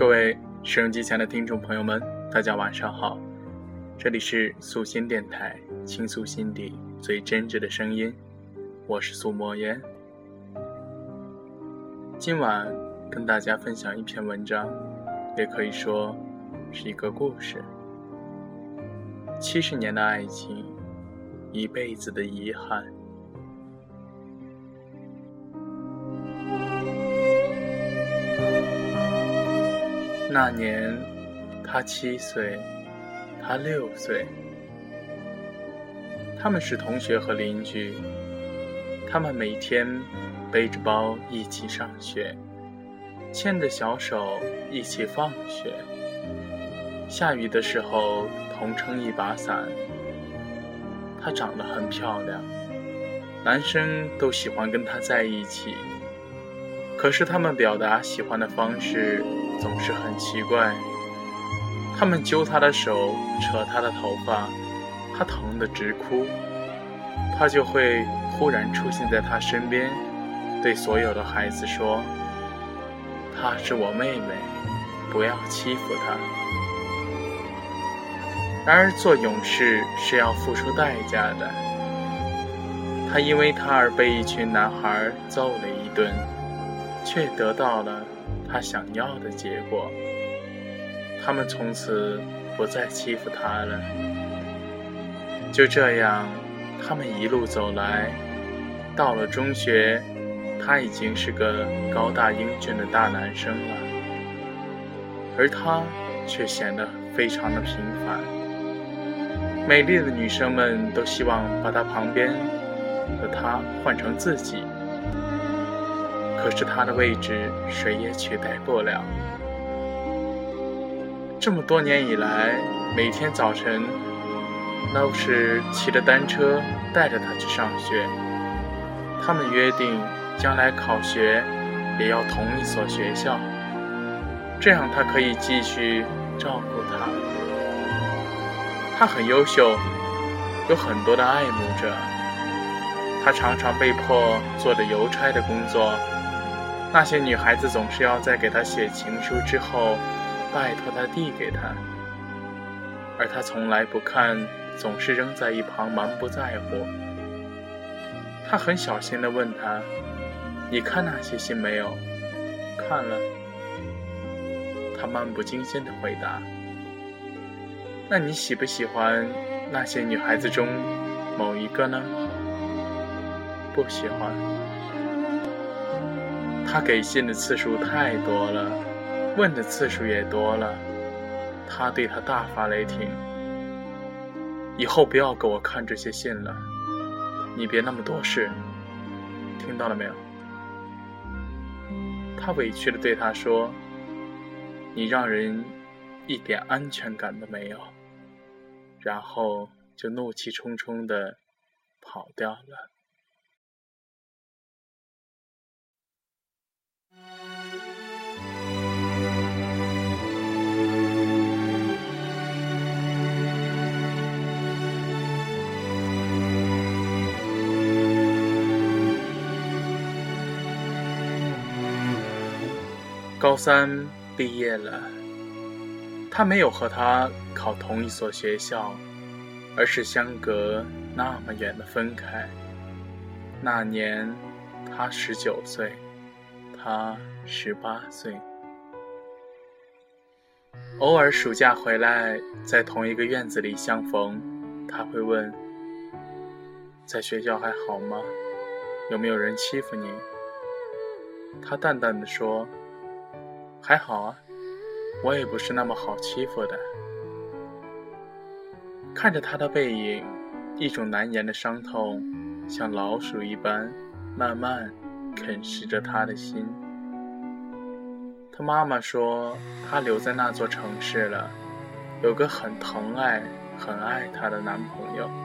各位收音机前的听众朋友们，大家晚上好，这里是素心电台，倾诉心底最真挚的声音，我是苏墨烟。今晚跟大家分享一篇文章，也可以说是一个故事。70年的爱情，一辈子的遗憾。那年他7岁，他6岁，他们是同学和邻居，他们每天背着包一起上学，牵着小手一起放学，下雨的时候同撑一把伞。她长得很漂亮，男生都喜欢跟她在一起，可是他们表达喜欢的方式总是很奇怪。他们揪她的手，扯她的头发，她疼得直哭，她就会忽然出现在她身边，对所有的孩子说：她是我妹妹，不要欺负她。然而做勇士是要付出代价的，她因为她而被一群男孩揍了一顿，却得到了她想要的结果。他们从此不再欺负她了。就这样，他们一路走来，到了中学，他已经是个高大英俊的大男生了，而他却显得非常的平凡。美丽的女生们都希望把他旁边的他换成自己，可是他的位置谁也取代不了。这么多年以来，每天早晨都是骑着单车带着他去上学。他们约定将来考学也要同一所学校，这样他可以继续照顾他。他很优秀，有很多的爱慕者。他常常被迫做着邮差的工作，那些女孩子总是要在给他写情书之后拜托他递给他，而他从来不看，总是扔在一旁满不在乎。他很小心地问他：你看那些信没有？看了。他漫不经心地回答：那你喜不喜欢那些女孩子中某一个呢？不喜欢。他给信的次数太多了，问的次数也多了，他对他大发雷霆：以后不要给我看这些信了，你别那么多事，听到了没有？他委屈地对他说：你让人一点安全感都没有。然后就怒气冲冲地跑掉了。高3毕业了，他没有和他考同一所学校，而是相隔那么远的分开。那年他19岁，他18岁。偶尔暑假回来，在同一个院子里相逢，他会问：在学校还好吗？有没有人欺负你？他淡淡地说：还好啊，我也不是那么好欺负的。看着他的背影，一种难言的伤痛像老鼠一般慢慢啃食着他的心。他妈妈说他留在那座城市了，有个很疼爱很爱他的男朋友，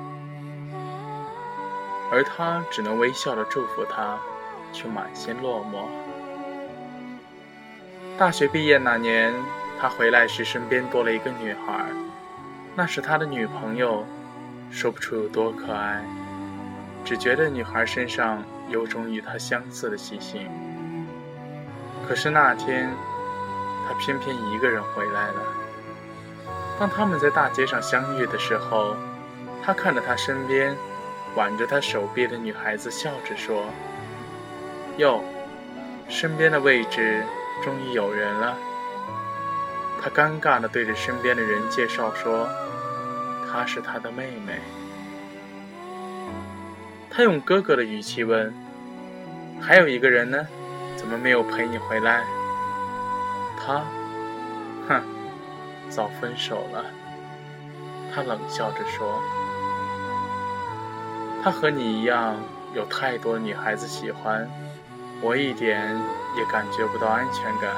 而他只能微笑地祝福他，却满心落寞。大学毕业那年，他回来时身边多了一个女孩，那是他的女朋友，说不出有多可爱，只觉得女孩身上有种与他相似的气息。可是那天他偏偏一个人回来了。当他们在大街上相遇的时候，他看着他身边挽着他手臂的女孩子，笑着说：哟，身边的位置终于有人了。他尴尬地对着身边的人介绍说，她是他的妹妹。他用哥哥的语气问，还有一个人呢，怎么没有陪你回来？他，早分手了。他冷笑着说，他和你一样有太多女孩子喜欢，我一点也感觉不到安全感。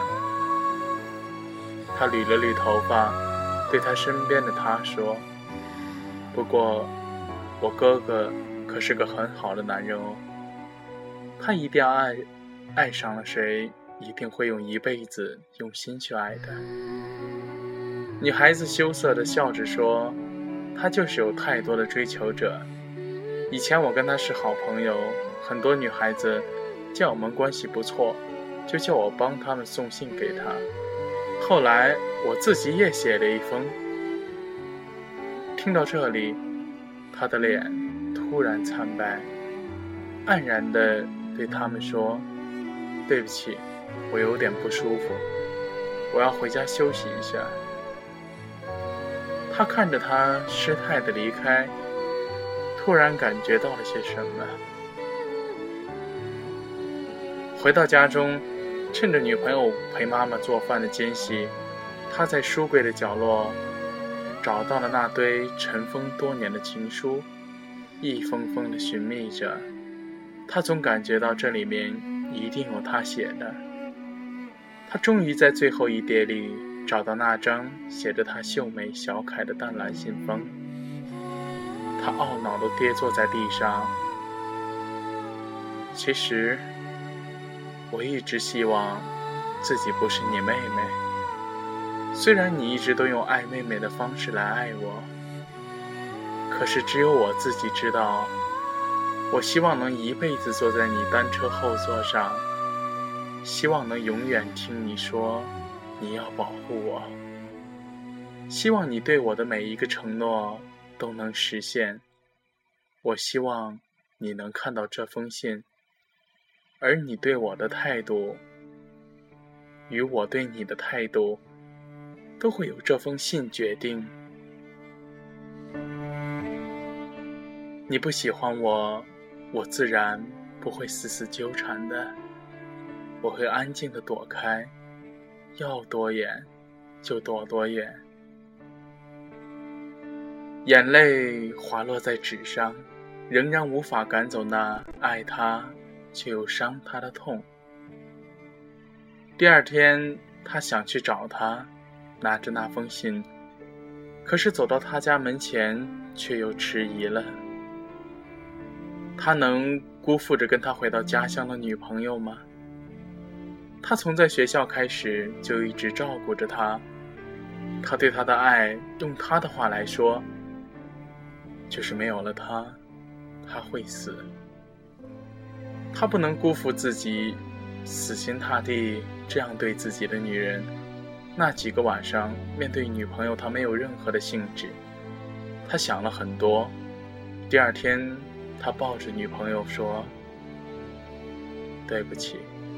他捋了捋头发，对他身边的他说，不过我哥哥可是个很好的男人哦，他一定要爱上了谁，一定会用一辈子用心去爱的。女孩子羞涩地笑着说，他就是有太多的追求者。以前我跟他是好朋友，很多女孩子见我们关系不错，就叫我帮他们送信给他。后来我自己也写了一封。听到这里，他的脸突然惨白，黯然地对他们说，对不起，我有点不舒服，我要回家休息一下。他看着他失态地离开，突然感觉到了些什么。回到家中，趁着女朋友陪妈妈做饭的间隙，他在书柜的角落找到了那堆尘封多年的情书，一封封地寻觅着。他总感觉到这里面一定有他写的。他终于在最后一叠里找到那张写着他秀美小楷的淡蓝信封。他懊恼地跌坐在地上。其实我一直希望自己不是你妹妹，虽然你一直都用爱妹妹的方式来爱我，可是只有我自己知道，我希望能一辈子坐在你单车后座上，希望能永远听你说你要保护我，希望你对我的每一个承诺都能实现。我希望你能看到这封信，而你对我的态度与我对你的态度都会由这封信决定。你不喜欢我，我自然不会死死纠缠的，我会安静地躲开，要躲远就躲多远。眼泪滑落在纸上，仍然无法赶走那爱他却又伤他的痛。第二天，他想去找他，拿着那封信，可是走到他家门前却又迟疑了。他能辜负着跟他回到家乡的女朋友吗？他从在学校开始就一直照顾着他，他对他的爱，用他的话来说，就是没有了他，他会死。他不能辜负自己，死心塌地这样对自己的女人。那几个晚上，面对女朋友，他没有任何的兴致。他想了很多。第二天，他抱着女朋友说，对不起。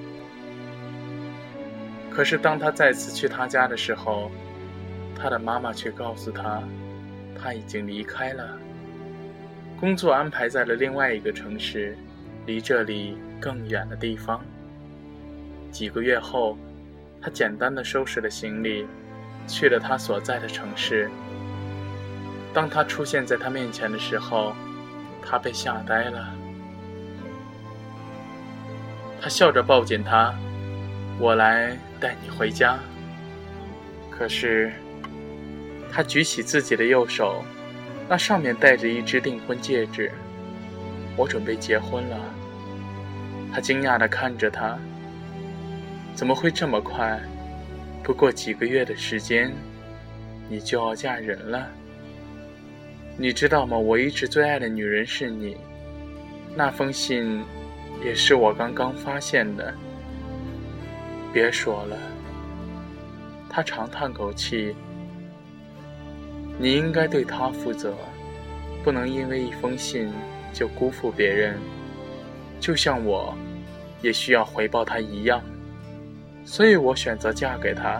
可是当他再次去他家的时候，他的妈妈却告诉他，他已经离开了，工作安排在了另外一个城市，离这里更远的地方。几个月后，他简单地收拾了行李，去了他所在的城市。当他出现在他面前的时候，他被吓呆了。他笑着抱紧他，我来带你回家。可是他举起自己的右手，那上面戴着一只订婚戒指。我准备结婚了。他惊讶地看着他，怎么会这么快？不过几个月的时间，你就要嫁人了。你知道吗？我一直最爱的女人是你。那封信也是我刚刚发现的。别说了， 她长叹口气，你应该对他负责，不能因为一封信就辜负别人，就像我也需要回报他一样，所以我选择嫁给他。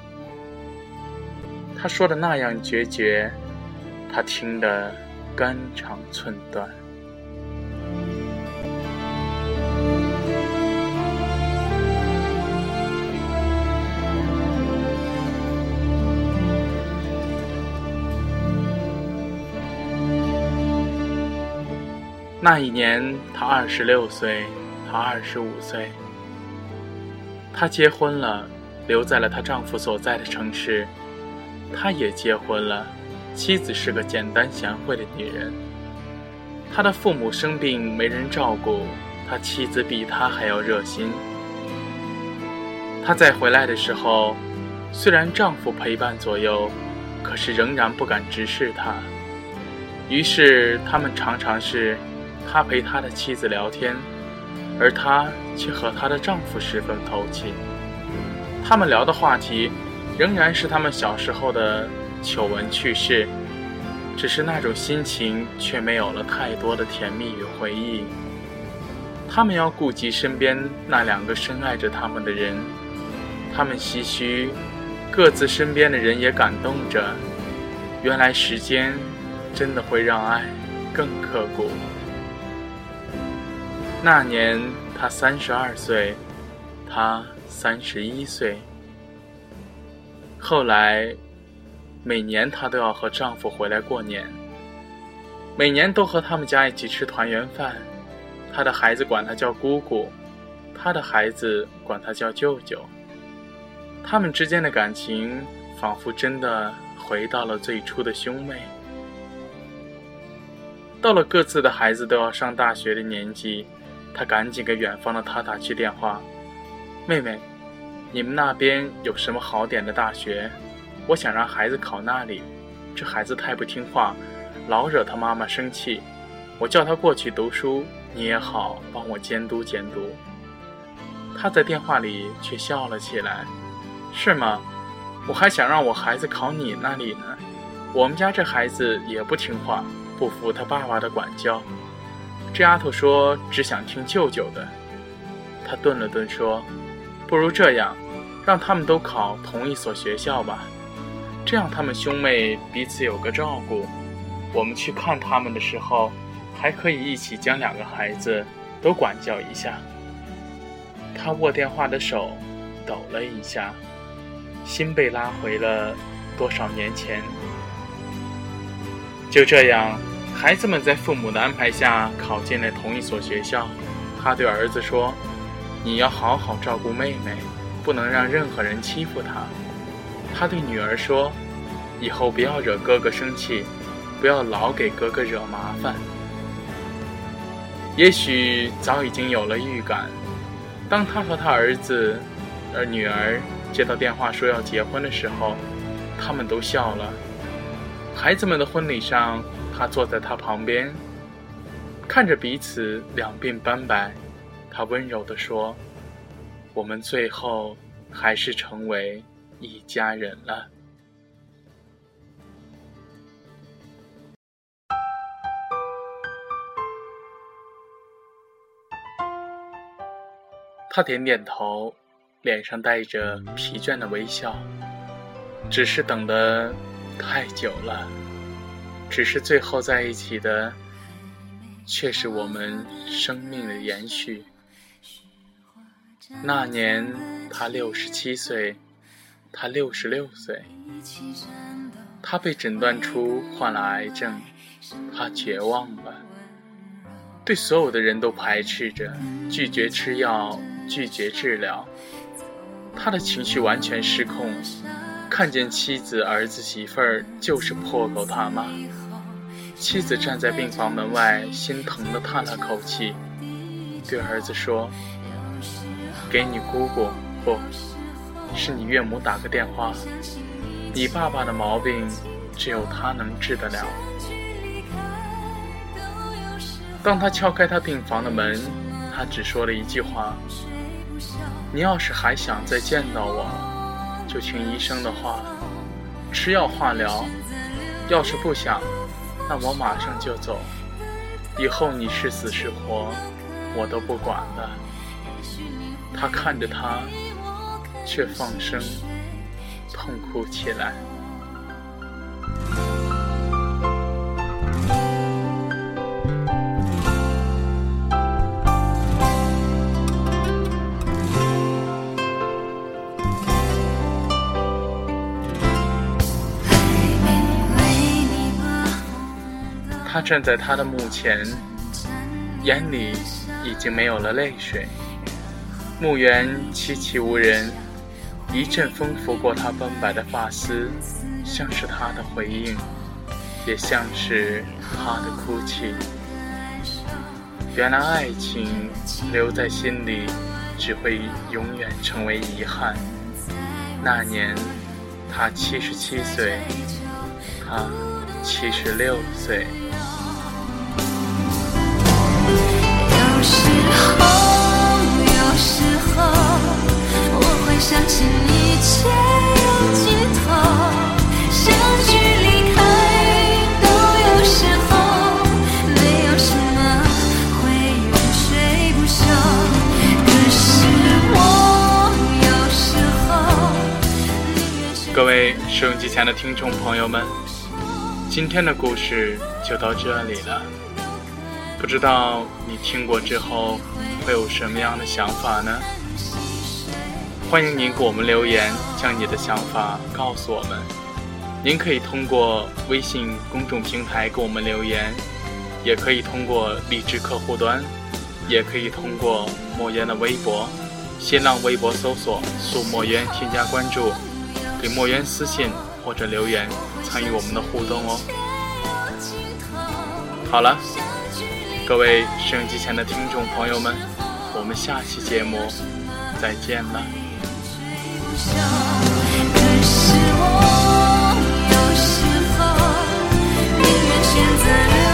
他说的那样决绝，他听得肝肠寸断。那一年她26岁，她25岁。她结婚了，留在了她丈夫所在的城市。他也结婚了，妻子是个简单贤惠的女人。他的父母生病没人照顾，他妻子比他还要热心。他再回来的时候，虽然丈夫陪伴左右，可是仍然不敢直视他。于是他们常常是他陪他的妻子聊天，而他却和他的丈夫十分投契。他们聊的话题仍然是他们小时候的糗闻趣事，只是那种心情却没有了太多的甜蜜与回忆。他们要顾及身边那2个深爱着他们的人，他们唏嘘各自身边的人也感动着。原来时间真的会让爱更刻骨。那年她32岁，他31岁。后来每年她都要和丈夫回来过年，每年都和他们家一起吃团圆饭。她的孩子管她叫姑姑，她的孩子管她叫舅舅。他们之间的感情仿佛真的回到了最初的兄妹。到了各自的孩子都要上大学的年纪，她赶紧给远方的她打去电话，妹妹，你们那边有什么好点的大学？我想让孩子考那里，这孩子太不听话，老惹他妈妈生气，我叫他过去读书，你也好帮我监督监督。他在电话里却笑了起来，是吗？我还想让我孩子考你那里呢，我们家这孩子也不听话，不服他爸爸的管教，这丫头说只想听舅舅的。他顿了顿说，不如这样，让他们都考同一所学校吧，这样他们兄妹彼此有个照顾，我们去看他们的时候还可以一起将2个孩子都管教一下。他握电话的手抖了一下，心被拉回了多少年前。就这样，孩子们在父母的安排下考进了同一所学校。他对儿子说，你要好好照顾妹妹，不能让任何人欺负她。他对女儿说，以后不要惹哥哥生气，不要老给哥哥惹麻烦。也许早已经有了预感，当他和他儿子女儿接到电话说要结婚的时候，他们都笑了。孩子们的婚礼上，他坐在他旁边，看着彼此两鬓斑白，他温柔地说，我们最后还是成为一家人了。他点点头，脸上带着疲倦的微笑，只是等得太久了，只是最后在一起的却是我们生命的延续。那年他67岁，他66岁，他被诊断出患了癌症，他绝望了，对所有的人都排斥着，拒绝吃药，拒绝治疗。他的情绪完全失控，看见妻子、儿子、媳妇儿就是破口大骂。妻子站在病房门外，心疼地叹了口气，对儿子说，给你姑姑，不是你岳母打个电话，你爸爸的毛病只有他能治得了。当他敲开他病房的门，他只说了一句话，你要是还想再见到我， 就听医生的话，吃药化疗，要是不想，那我马上就走，以后你是死是活我都不管了。他看着他，却放声痛哭起来。他站在他的墓前，眼里已经没有了泪水。墓园凄凄无人，一阵风拂过他斑白的发丝，像是他的回应，也像是他的哭泣。原来爱情留在心里，只会永远成为遗憾。那年他77岁，他76岁。 有时候我会相信一切有尽头，相聚离开都有时候，没有什么会永垂不朽。可是我有时候宁愿选择。 各位收音机前的听众朋友们，今天的故事就到这里了。不知道你听过之后会有什么样的想法呢？欢迎您给我们留言，将你的想法告诉我们。您可以通过微信公众平台给我们留言，也可以通过荔枝客户端，也可以通过墨渊的微博、新浪微博搜索苏墨渊添加关注，给墨渊私信或者留言参与我们的互动哦。好了，各位收音机前的听众朋友们，我们下期节目再见了。 可是我有时候宁愿选择